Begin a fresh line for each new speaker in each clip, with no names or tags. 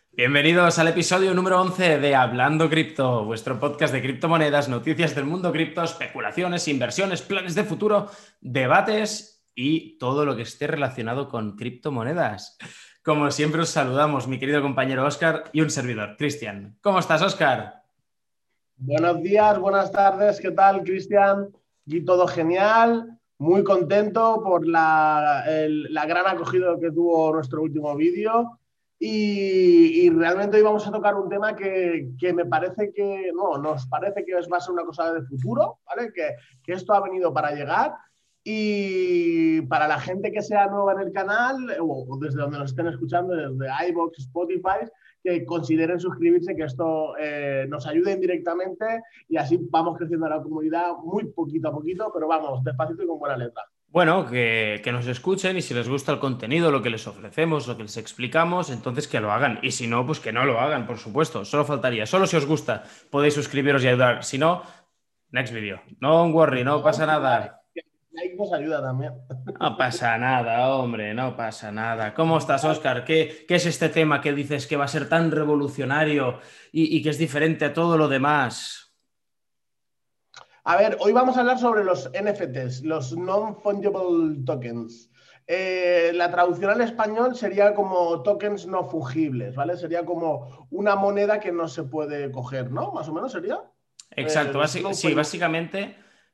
Bienvenidos al episodio número 11 de Hablando Cripto, vuestro podcast de criptomonedas, noticias del mundo cripto, especulaciones, inversiones, planes de futuro, debates y todo lo que esté relacionado con criptomonedas. Como siempre os saludamos, mi querido compañero Óscar y un servidor, Cristian. ¿Cómo estás, Óscar?
Buenos días, buenas tardes, ¿qué tal, Cristian? Y todo genial, muy contento por la gran acogida que tuvo nuestro último vídeo y realmente hoy vamos a tocar un tema que me parece que, no, nos parece que va a ser una cosa de futuro, ¿vale? Que esto ha venido para llegar y para la gente que sea nueva en el canal o desde donde nos estén escuchando, desde iVoox, Spotify, que consideren suscribirse, que esto nos ayude indirectamente y así vamos creciendo la comunidad muy poquito a poquito, pero vamos, despacito y con buena letra.
Bueno, que nos escuchen y si les gusta el contenido, lo que les ofrecemos, lo que les explicamos, entonces que lo hagan. Y si no, pues que no lo hagan, por supuesto. Solo faltaría. Solo si os gusta podéis suscribiros y ayudar. Si no, next video. No worry, no
No,
pasa nada.
like nos ayuda también.
No pasa nada, hombre, no pasa nada. ¿Cómo estás, Óscar? ¿Qué es este tema que dices que va a ser tan revolucionario y que es diferente a todo lo demás?
A ver, hoy vamos a hablar sobre los NFTs, los Non-Fungible Tokens. La traducción al español sería como tokens no fungibles, ¿vale? Sería como una moneda que no se puede coger, ¿no? Más o menos sería.
Exacto,
Los
sí,
non-fungible.
básicamente,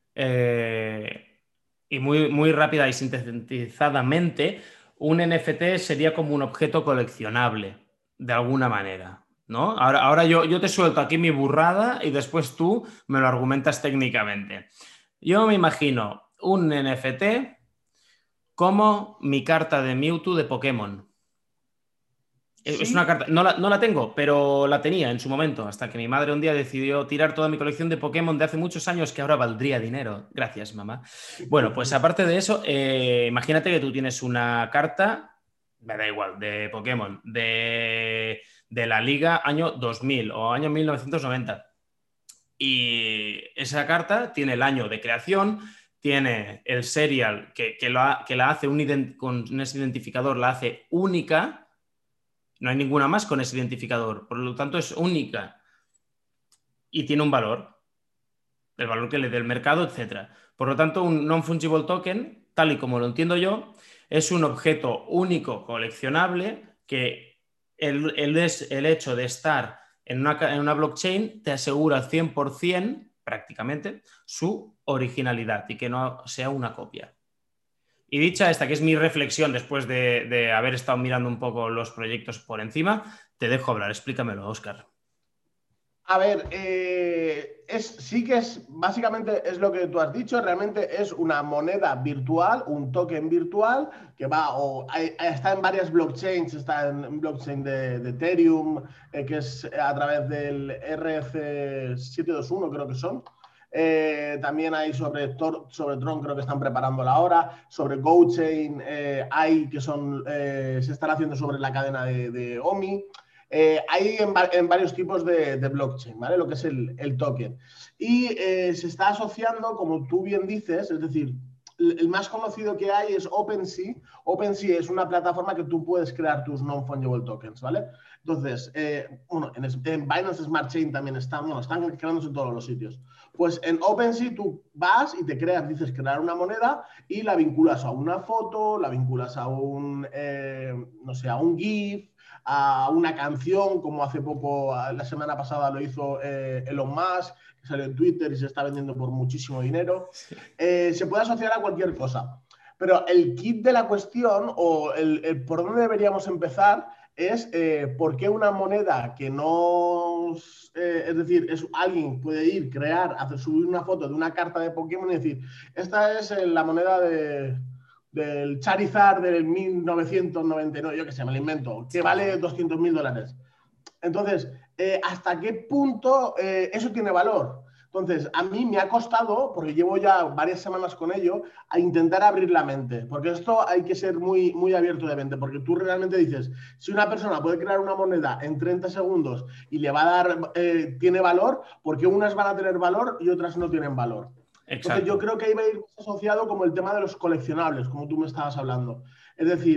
y muy rápida y sintetizadamente, un NFT sería como un objeto coleccionable, de alguna manera, ¿no? Ahora yo te suelto aquí mi burrada y después tú me lo argumentas técnicamente. Yo me imagino un NFT como mi carta de Mewtwo de Pokémon. Es una
Sí,
carta, no la tengo, pero la tenía en su momento, hasta que mi madre un día decidió tirar toda mi colección de Pokémon de hace muchos años que ahora valdría dinero. Gracias, mamá. Bueno, pues aparte de eso, imagínate que tú tienes una carta, me da igual, de Pokémon, de la liga año 2000 o año 1990. Y esa carta tiene el año de creación, tiene el serial que la hace con ese identificador, la hace única. No hay ninguna más con ese identificador. Por lo tanto, es única y tiene un valor, el valor que le dé el mercado, etcétera. Por lo tanto, un non-fungible token, tal y como lo entiendo yo, es un objeto único coleccionable que el hecho de estar en una blockchain te asegura al 100%, prácticamente, su originalidad y que no sea una copia. Y dicha esta, que es mi reflexión después de haber estado mirando un poco los proyectos por encima, te dejo hablar. Explícamelo, Óscar.
a ver, sí que es, básicamente es lo que tú has dicho, realmente es una moneda virtual, un token virtual que va, está en varias blockchains, está en blockchain de Ethereum, que es a través del RC721 creo que son. También hay sobre Tron, creo que están preparándola ahora, sobre GoChain, hay que se están haciendo sobre la cadena de OMI. Hay en varios tipos de blockchain, ¿vale? Lo que es el token. Y se está asociando, como tú bien dices, es decir, el más conocido que hay es OpenSea. OpenSea es una plataforma que tú puedes crear tus non-fungible tokens, ¿vale? Entonces, bueno, en Binance Smart Chain también están, bueno, están creándose en todos los sitios. Pues en OpenSea tú vas y te creas, dices crear una moneda y la vinculas a una foto, la vinculas a no sé, a un GIF, a una canción, como hace poco, la semana pasada lo hizo Elon Musk, que salió en Twitter y se está vendiendo por muchísimo dinero. Se puede asociar a cualquier cosa. Pero el kit de la cuestión o por dónde deberíamos empezar es por qué una moneda que no, es decir, alguien puede ir, crear, subir una foto de una carta de Pokémon y decir, esta es la moneda del Charizard del 1999, yo que sé, me lo invento, que vale $200.000. Entonces, ¿hasta qué punto eso tiene valor? Entonces, a mí me ha costado, porque llevo ya varias semanas con ello, a intentar abrir la mente, porque esto hay que ser muy abierto de mente, porque tú realmente dices, si una persona puede crear una moneda en 30 segundos y le va a dar, tiene valor, ¿por qué unas van a tener valor y otras no tienen valor? Entonces, yo
Exacto.
creo que ahí va a ir asociado como el tema de los coleccionables, como tú me estabas hablando. Es decir,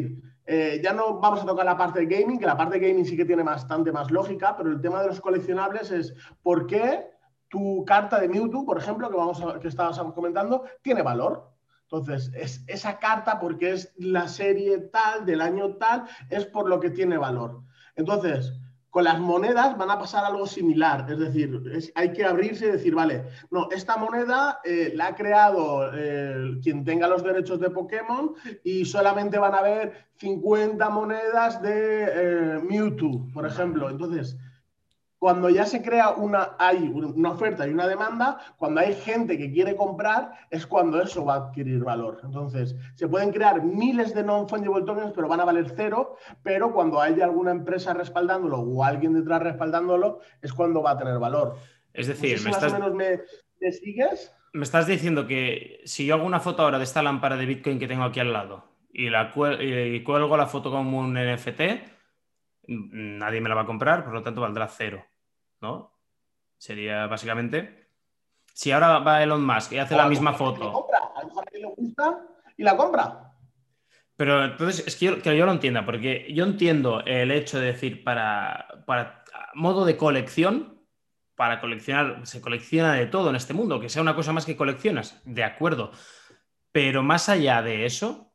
Ya no vamos a tocar la parte de gaming, que la parte de gaming sí que tiene bastante más lógica, pero el tema de los coleccionables es por qué tu carta de Mewtwo, por ejemplo, que estabas comentando, tiene valor. Entonces, esa carta, porque es la serie tal, del año tal, es por lo que tiene valor. Entonces, con las monedas van a pasar algo similar. Es decir, hay que abrirse y decir, vale, no, esta moneda la ha creado quien tenga los derechos de Pokémon y solamente van a haber 50 monedas de Mewtwo, por ejemplo.
Vale.
Entonces, cuando ya se crea hay una oferta y una demanda, cuando hay gente que quiere comprar, es cuando eso va a adquirir valor. Entonces, se pueden crear miles de non-fungible tokens, pero van a valer cero, pero cuando haya alguna empresa respaldándolo o alguien detrás respaldándolo, es cuando va a tener valor.
Es
No sé
decir,
si más o menos me sigues.
me estás diciendo que si yo hago una foto ahora de esta lámpara de Bitcoin que tengo aquí al lado y cuelgo la foto como un NFT, nadie me la va a comprar, por lo tanto valdrá cero, ¿no? Sería básicamente, si ahora va Elon Musk y hace
O
la
a lo
misma
mejor hay gente que lo
foto,
compra, a lo mejor a alguien le gusta y la compra.
pero entonces es que yo lo entienda, porque yo entiendo el hecho de decir para modo de colección, para coleccionar, se colecciona de todo en este mundo, que sea una cosa más que coleccionas, de acuerdo, pero más allá de eso,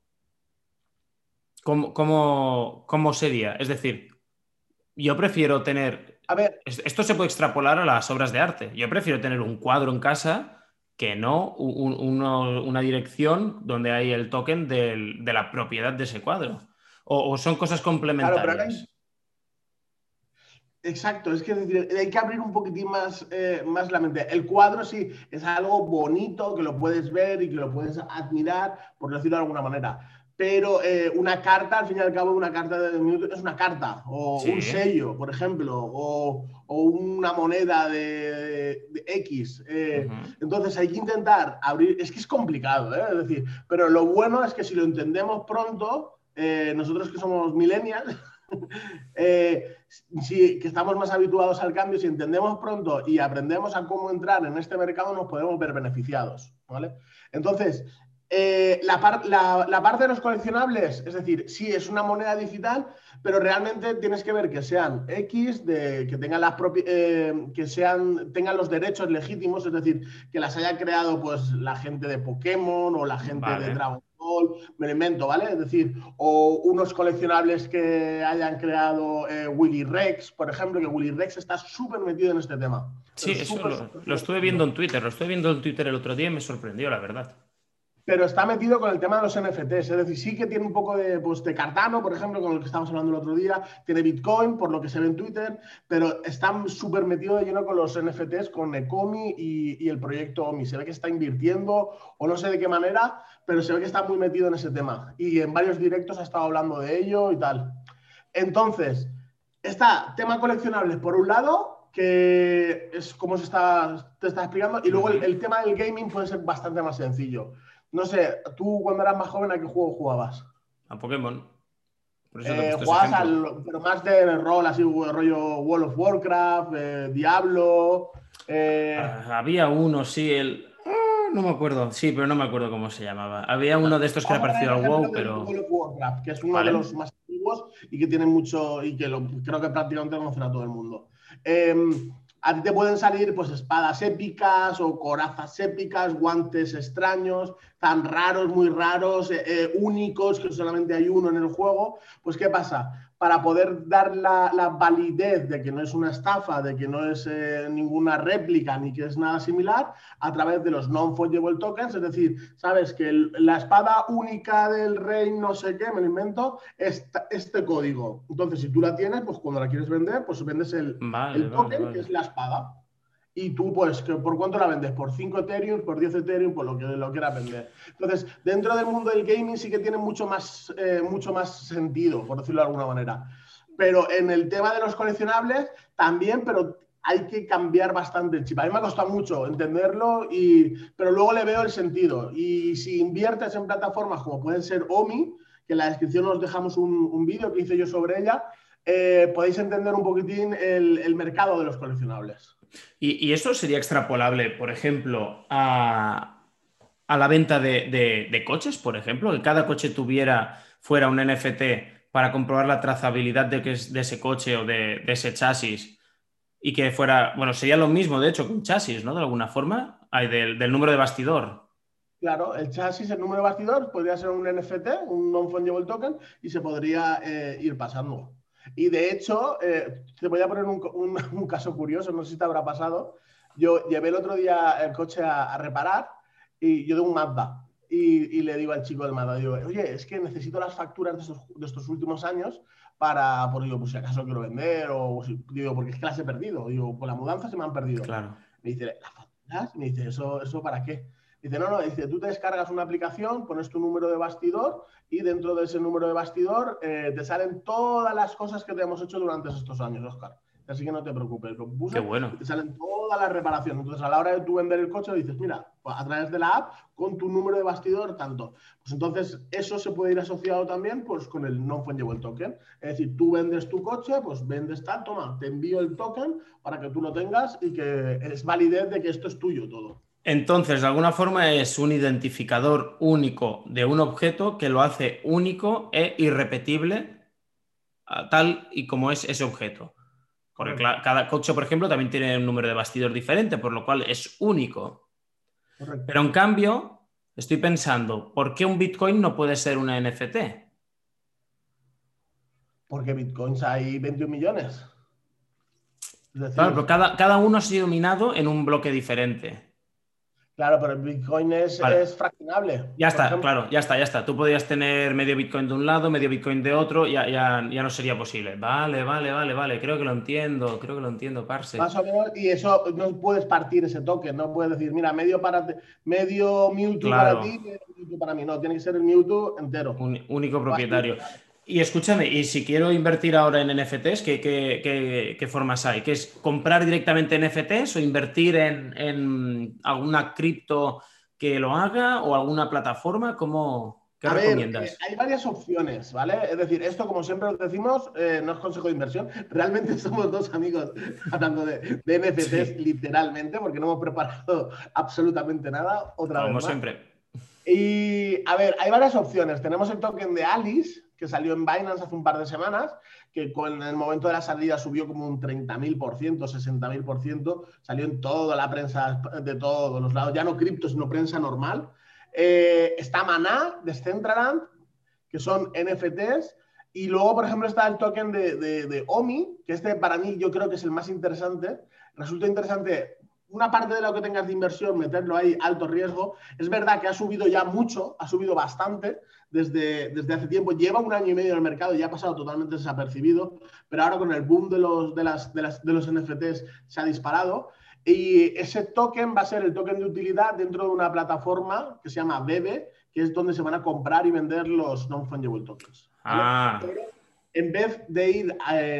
¿cómo sería? Es decir, yo prefiero tener.
A ver,
Esto se puede extrapolar a las obras de arte. Yo prefiero tener un cuadro en casa que no una dirección donde hay el token de la propiedad de ese cuadro. O son cosas
claro, pero ahora
complementarias.
exacto, es que decir, hay que abrir un poquitín más la mente. El cuadro sí es algo bonito que lo puedes ver y que lo puedes admirar, por decirlo de alguna manera. Pero una carta, al fin y al cabo, una carta de minuto es una carta, o un
Sí.
sello, por ejemplo, o una moneda de X.
Ujú.
Entonces hay que intentar abrir, es que es complicado, ¿eh? Es decir, pero lo bueno es que si lo entendemos pronto, nosotros que somos millennials, si que estamos más habituados al cambio, si entendemos pronto y aprendemos a cómo entrar en este mercado, nos podemos ver beneficiados, ¿vale? Entonces, la parte de los coleccionables, es decir, sí es una moneda digital, pero realmente tienes que ver que sean X, que tengan tengan los derechos legítimos, es decir, que las haya creado pues la gente de Pokémon o la gente de
Vale.
Dragon Ball, me lo invento, ¿vale? Es decir, o unos coleccionables que hayan creado Willy Rex, por ejemplo, que Willy Rex está súper metido en este tema,
Sí,
pero
eso
súper,
lo,
súper
lo estuve viendo
metido.
en Twitter. Lo estuve viendo en Twitter el otro día y me sorprendió, la verdad.
Pero está metido con el tema de los NFTs, es decir, sí que tiene un poco de Cardano, por ejemplo, con el que estábamos hablando el otro día, tiene Bitcoin, por lo que se ve en Twitter, pero está súper metido de lleno con los NFTs, con Ecomi y el proyecto OMI. Se ve que está invirtiendo, o no sé de qué manera, pero se ve que está muy metido en ese tema. Y en varios directos ha estado hablando de ello y tal. Entonces, está tema coleccionables por un lado, que es como te está explicando, y luego
Ujú.
el tema del gaming puede ser bastante más sencillo. No sé, tú cuando eras más joven, ¿a qué juego jugabas?
A Pokémon. Por eso te he puesto ese
Jugabas
ejemplo.
pero más de rol, así rollo World of Warcraft, Diablo.
Había uno, sí, no me acuerdo, sí, pero no me acuerdo cómo se llamaba. Había uno de estos que era
Vamos a poner
parecido
el
al
ejemplo
WoW,
del
pero.
World of Warcraft, que es uno de los
¿Vale?
más antiguos y que tiene mucho, y que creo que prácticamente lo conocerá todo el mundo. Eh, a ti te pueden salir pues espadas épicas o corazas épicas, guantes extraños, tan raros, muy raros, únicos, que solamente hay uno en el juego. Pues ¿qué pasa? Para poder dar la validez de que no es una estafa, de que no es ninguna réplica ni que es nada similar, a través de los non-fungible tokens, es decir, sabes que la espada única del rey no sé qué, me lo invento, es este código. Entonces, si tú la tienes, pues cuando la quieres vender, pues vendes
Vale,
el
vale,
token, que es
vale.
la espada. Y tú, pues, ¿por cuánto la vendes? Por 5 Ethereum, por 10 Ethereum, por lo que lo quieras vender. Entonces, dentro del mundo del gaming sí que tiene mucho más sentido, por decirlo de alguna manera. Pero en el tema de los coleccionables también, pero hay que cambiar bastante el chip. A mí me ha costado mucho entenderlo, pero luego le veo el sentido. Y si inviertes en plataformas como pueden ser OMI, que en la descripción os dejamos un vídeo que hice yo sobre ella, podéis entender un poquitín el mercado de los coleccionables.
Y eso sería extrapolable, por ejemplo, a la venta de coches, por ejemplo, que cada coche fuera un NFT para comprobar la trazabilidad de ese coche o de ese chasis y que fuera, bueno, sería lo mismo, de hecho, que un chasis, ¿no? De alguna forma, del número de bastidor.
Claro, el chasis, el número de bastidor, podría ser un NFT, un non-fungible token, y se podría ir pasando. Y de hecho, te voy a poner un caso curioso, no sé si te habrá pasado. Yo llevé el otro día el coche a reparar y yo de un Mazda. Y le digo al chico del Mazda, digo, oye, es que necesito las facturas de estos últimos años para, pues, digo, pues si acaso quiero vender o digo, porque es que las he perdido. Digo, por la mudanza se me han perdido.
Claro.
Me dice, ¿las facturas? Y me dice, ¿eso para qué? Dice, no, dice, tú te descargas una aplicación, pones tu número de bastidor y dentro de ese número de bastidor te salen todas las cosas que te hemos hecho durante estos años, Oscar. Así que no te preocupes, lo
Qué
puse y
bueno.
te salen todas las reparaciones. Entonces, a la hora de tú vender el coche, dices, mira, pues, a través de la app, con tu número de bastidor, tanto. Pues entonces, eso se puede ir asociado también pues, con el non-fungible token. Es decir, tú vendes tu coche, pues vendes tal, toma, te envío el token para que tú lo tengas y que es validez de que esto es tuyo todo.
Entonces, de alguna forma es un identificador único de un objeto que lo hace único e irrepetible, tal y como es ese objeto. Porque
Correcto,
cada coche, por ejemplo, también tiene un número de bastidor diferente, por lo cual es único.
correcto.
Pero en cambio, estoy pensando, ¿por qué un Bitcoin no puede ser una NFT?
Porque bitcoins hay 21 millones. Es
Claro,
decir,
pero cada uno ha sido minado en un bloque diferente.
claro, pero el bitcoin
Vale,
es fraccionable.
ya
Por
está,
ejemplo,
claro, ya está, ya está. Tú podrías tener medio Bitcoin de un lado, medio Bitcoin de otro, ya no sería posible. Vale, vale, vale, vale. Creo que lo entiendo, parce.
más o menos, y eso no puedes partir ese token, no puedes decir, mira, medio Mewtwo para
Claro,
ti, medio Mewtwo para mí. No, tiene que ser el Mewtwo entero.
único
O así,
propietario. Y escúchame, y si quiero invertir ahora en NFTs, ¿qué formas hay? ¿Qué es comprar directamente NFTs o invertir en alguna cripto que lo haga o alguna plataforma? ¿Qué
a ver,
recomiendas?
hay varias opciones, ¿vale? Es decir, esto, como siempre os decimos, no es consejo de inversión. Realmente somos dos amigos hablando de NFTs,
Sí,
literalmente, porque no hemos preparado absolutamente nada, otra vez
como
más.
siempre.
Y a ver, hay varias opciones. Tenemos el token de Alice, que salió en Binance hace un par de semanas, que con el momento de la salida subió como un 30.000%, 60.000%. Salió en toda la prensa de todos los lados, ya no cripto, sino prensa normal. Está Maná, de Decentraland, que son NFTs. Y luego, por ejemplo, está el token de OMI, que este para mí yo creo que es el más interesante. Resulta interesante una parte de lo que tengas de inversión, meterlo ahí alto riesgo. Es verdad que ha subido ya mucho, ha subido bastante desde hace tiempo. Lleva un año y medio en el mercado y ya ha pasado totalmente desapercibido, pero ahora con el boom de los NFTs se ha disparado. Y ese token va a ser el token de utilidad dentro de una plataforma que se llama Bebe, que es donde se van a comprar y vender los non-fungible tokens. ¿Vale?
Ah,
Pero en vez de ir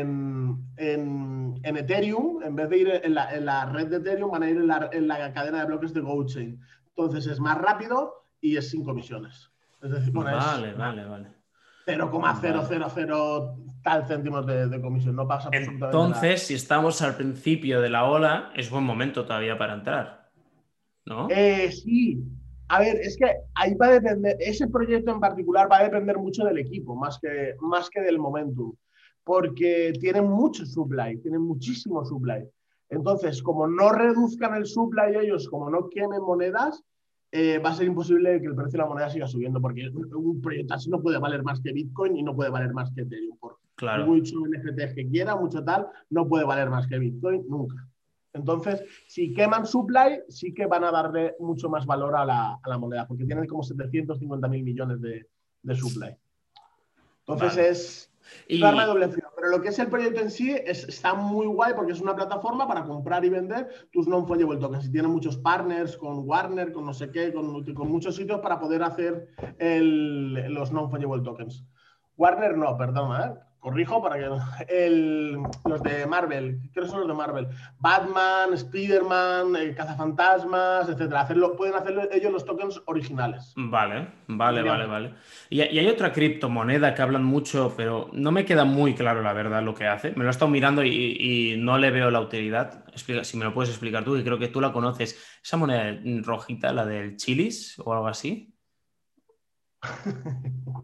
en Ethereum, en vez de ir en la red de Ethereum, van a ir en la cadena de bloques de GoChain. Entonces es más rápido y es sin comisiones. Es decir, bueno, es
vale, vale, vale. Vale.
0,000 tal céntimos de comisión. No pasa absolutamente nada.
Entonces, si estamos al principio de la ola, es buen momento todavía para entrar, ¿no?
Sí, a ver, es que ahí va a depender, ese proyecto en particular va a depender mucho del equipo, más que del momentum, porque tienen mucho supply, tienen muchísimo supply. Entonces, como no reduzcan el supply ellos, como no quemen monedas, va a ser imposible que el precio de la moneda siga subiendo, porque un proyecto así no puede valer más que Bitcoin y no puede valer más que Ethereum. Por
Claro.
mucho NFTs que quiera, mucho tal, no puede valer más que Bitcoin nunca. Entonces, si queman supply, sí que van a darle mucho más valor a la moneda, porque tienen como 750.000 millones de supply. Entonces
Vale.
es un arma de
Y
doble filo. Pero lo que es el proyecto en sí está muy guay porque es una plataforma para comprar y vender tus non-fungible tokens. Y tiene muchos partners con Warner, con no sé qué, con muchos sitios para poder hacer los non-fungible tokens. Warner no, perdona, corrijo para que los de Marvel, creo que son los de Marvel. Batman, Spider-Man, Cazafantasmas, etcétera. Pueden hacer ellos los tokens originales.
vale,
No
vale,
serían
vale,
free.
vale. Y hay otra criptomoneda que hablan mucho, pero no me queda muy claro la verdad lo que hace. Me lo he estado mirando y no le veo la utilidad. Si me lo puedes explicar tú, que creo que tú la conoces. Esa moneda rojita, la del Chilis o algo así.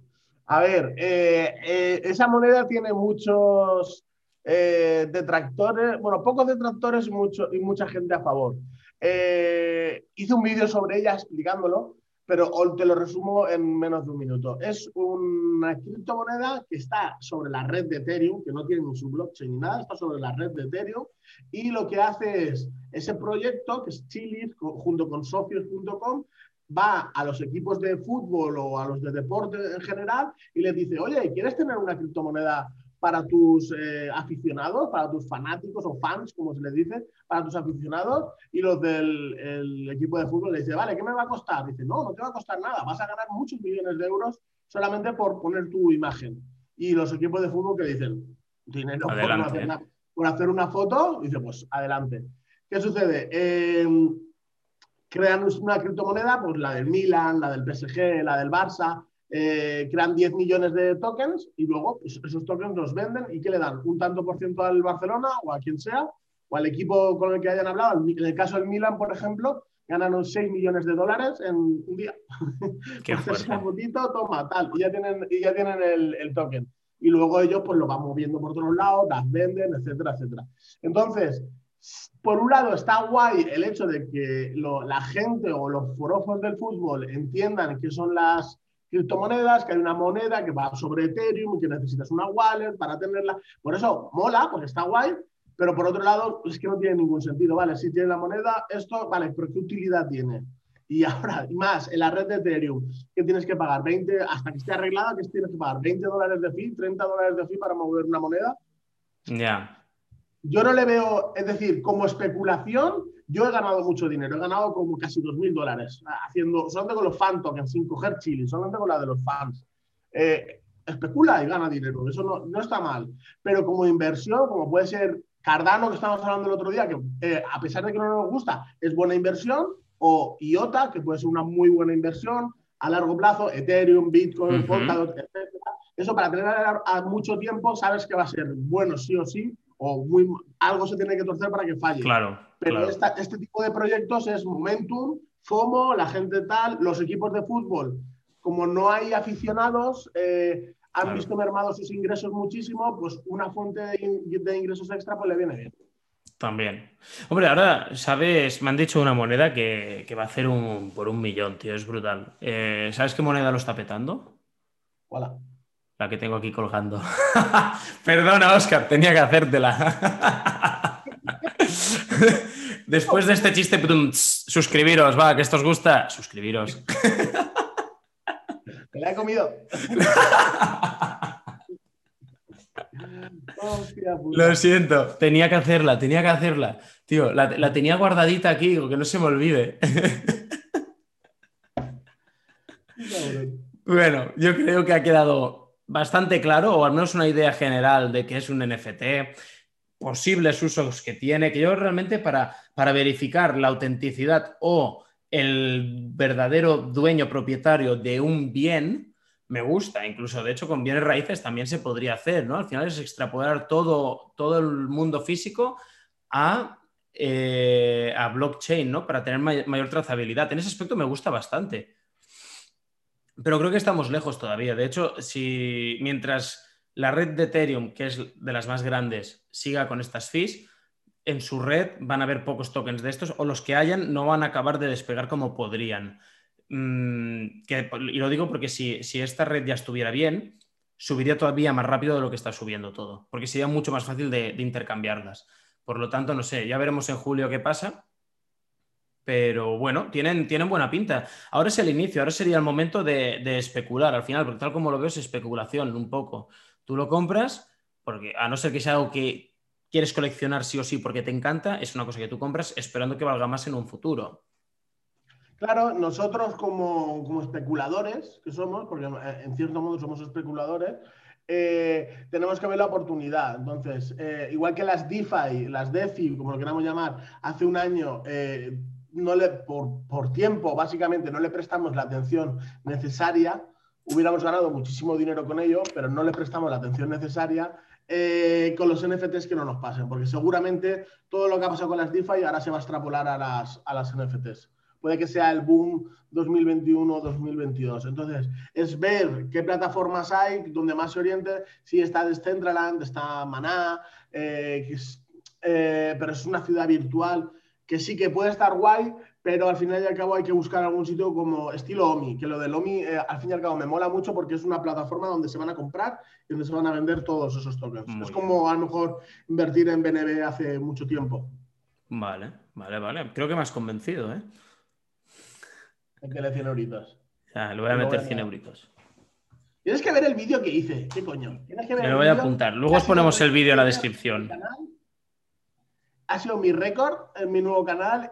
A ver, esa moneda tiene muchos detractores, bueno, pocos detractores y mucha gente a favor. Hice un vídeo sobre ella explicándolo, pero te lo resumo en menos de un minuto. Es una criptomoneda que está sobre la red de Ethereum, que no tiene ni su blockchain ni nada, está sobre la red de Ethereum, y lo que hace es, ese proyecto, que es Chilis, junto con socios.com, va a los equipos de fútbol o a los de deporte en general y les dice, oye, ¿quieres tener una criptomoneda para tus aficionados, para tus fanáticos o fans, como se les dice, para tus aficionados? Y los del equipo de fútbol le dice, vale, ¿qué me va a costar? Dice, no, no te va a costar nada, vas a ganar muchos millones de euros solamente por poner tu imagen. Y los equipos de fútbol que dicen, dinero por no hacer
Adelante.
nada, por hacer una foto, dice, pues adelante. ¿Qué sucede? Crean una criptomoneda, pues la del Milan, la del PSG, la del Barça, crean 10 millones de tokens y luego pues, esos tokens los venden y ¿qué le dan? Un tanto por ciento al Barcelona o a quien sea, o al equipo con el que hayan hablado. En el caso del Milan, por ejemplo, ganaron 6 millones de dólares en un día.
Qué
Por hacerse una
fuerte.
fotito, toma, tal, y ya tienen el token. Y luego ellos pues lo van moviendo por todos lados, las venden, etcétera, etcétera. Entonces, por un lado está guay el hecho de que la gente o los forofos del fútbol entiendan qué son las criptomonedas, que hay una moneda que va sobre Ethereum y que necesitas una wallet para tenerla. Por eso mola, porque está guay, pero por otro lado es que no tiene ningún sentido. Vale, si tiene la moneda, esto, vale, pero ¿qué utilidad tiene? Y ahora, y más, en la red de Ethereum, que tienes que pagar 20, hasta que esté arreglada, que tienes que pagar $20 de fee, $30 de fee para mover una moneda.
Ya.
Yo no le veo, es decir, como especulación, yo he ganado mucho dinero, he ganado como casi $2.000 haciendo, solamente con los fan tokens, sin coger chili, solamente con la de los fans. Especula y gana dinero, eso no está mal. Pero como inversión, como puede ser Cardano, que estábamos hablando el otro día, que a pesar de que no nos gusta, es buena inversión, o IOTA, que puede ser una muy buena inversión a largo plazo, Ethereum, Bitcoin, Polkadot, etc. Eso para tener a mucho tiempo sabes que va a ser bueno sí o sí, o algo se tiene que torcer para que falle.
Claro,
Pero
claro.
este tipo de proyectos es momentum, FOMO, la gente tal, los equipos de fútbol, como no hay aficionados, han
Claro.
visto mermados sus ingresos muchísimo, pues una fuente de ingresos extra pues le viene bien.
También. Hombre, ahora, ¿sabes? Me han dicho una moneda que va a hacer por 1 millón, tío. Es brutal. ¿Sabes qué moneda lo está petando?
Voilà.
La que tengo aquí colgando. Perdona, Oscar, tenía que hacértela. Después de este chiste, suscribiros, va, que esto os gusta. Suscribiros.
Me la he comido. Hostia
Lo
puta.
siento, tenía que hacerla, tenía que hacerla. Tío, la tenía guardadita aquí, digo, que no se me olvide.
Cabrón.
Bueno, yo creo que ha quedado bastante claro, o al menos una idea general de qué es un NFT, posibles usos que tiene, que yo realmente para verificar la autenticidad o el verdadero dueño propietario de un bien, me gusta. Incluso, de hecho, con bienes raíces también se podría hacer, ¿no? Al final es extrapolar todo el mundo físico a blockchain, ¿no? Para tener mayor trazabilidad. En ese aspecto me gusta bastante. Pero creo que estamos lejos todavía. De hecho, si mientras la red de Ethereum, que es de las más grandes, siga con estas fees, en su red van a haber pocos tokens de estos, o los que hayan no van a acabar de despegar como podrían. Y lo digo porque si esta red ya estuviera bien, subiría todavía más rápido de lo que está subiendo todo, porque sería mucho más fácil de intercambiarlas. Por lo tanto, no sé, ya veremos en julio qué pasa. Pero bueno, tienen buena pinta. Ahora es el inicio, ahora sería el momento de especular al final, porque tal como lo veo es especulación un poco. Tú lo compras, porque a no ser que sea algo que quieres coleccionar sí o sí porque te encanta, es una cosa que tú compras esperando que valga más en un futuro.
Claro, nosotros como especuladores que somos, porque en cierto modo somos especuladores, tenemos que ver la oportunidad. Entonces, igual que las DeFi, las DeFi, como lo queramos llamar, hace un año, por tiempo, básicamente, no le prestamos la atención necesaria, hubiéramos ganado muchísimo dinero con ello, pero no le prestamos la atención necesaria. Con los NFTs que no nos pasen, porque seguramente todo lo que ha pasado con las DeFi ahora se va a extrapolar a las NFTs. puede que sea el boom 2021 o 2022. Entonces, es ver qué plataformas hay donde más se oriente. Sí, está Decentraland, está Maná, pero es una ciudad virtual que sí que puede estar guay, pero al final y al cabo hay que buscar algún sitio como estilo OMI, que lo del OMI al fin y al cabo me mola mucho porque es una plataforma donde se van a comprar y donde se van a vender todos esos tokens. Es
Muy bien.
como a lo mejor invertir en BNB hace mucho tiempo.
Vale, vale, vale. Creo que me has convencido, ¿eh?
En que le 100 euritos.
O sea, le voy a
Y lo voy
meter
a
100
mirar.
euritos.
Tienes que ver el vídeo que hice. ¿Qué coño? Tienes que ver
Me lo
el
voy a
vídeo
apuntar.
que
Luego
ha
os
sido
ponemos el
récord
vídeo en la
breaker en mi
descripción.
canal. Ha sido mi récord en mi nuevo canal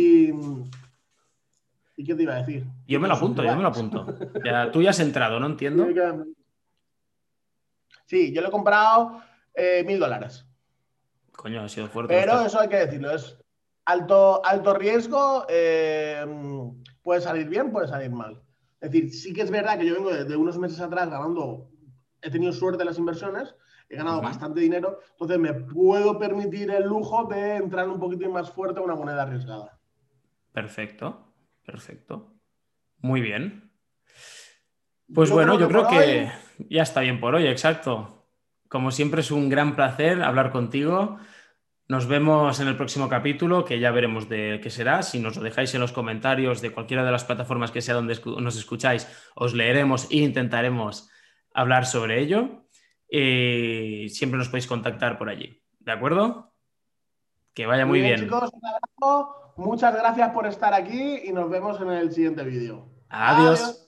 ¿y qué te iba a decir?
Yo
Y
me lo
los
apunto, yo me lo
subscribers.
apunto. Ya, tú ya has entrado, ¿no? Entiendo.
Sí, yo lo he comprado $1000.
Coño, ha sido fuerte,
Pero
hostia.
eso hay que decirlo, es alto riesgo, puede salir bien, puede salir mal. Es decir, sí que es verdad que yo vengo de unos meses atrás ganando, he tenido suerte en las inversiones, he ganado
Ujú.
bastante dinero, entonces me puedo permitir el lujo de entrar un poquitín más fuerte a una moneda arriesgada.
Perfecto, perfecto. Muy bien. Pues
Yo
bueno,
creo
yo
que por
creo
hoy,
que ya está bien por hoy, exacto. Como siempre es un gran placer hablar contigo. Nos vemos en el próximo capítulo, que ya veremos de qué será. Si nos lo dejáis en los comentarios de cualquiera de las plataformas que sea donde nos escucháis, os leeremos e intentaremos hablar sobre ello. Y siempre nos podéis contactar por allí. ¿De acuerdo? Que vaya
muy
muy
bien
bien.
chicos, un abrazo, muchas gracias por estar aquí y nos vemos en el siguiente vídeo.
Adiós.
Adiós.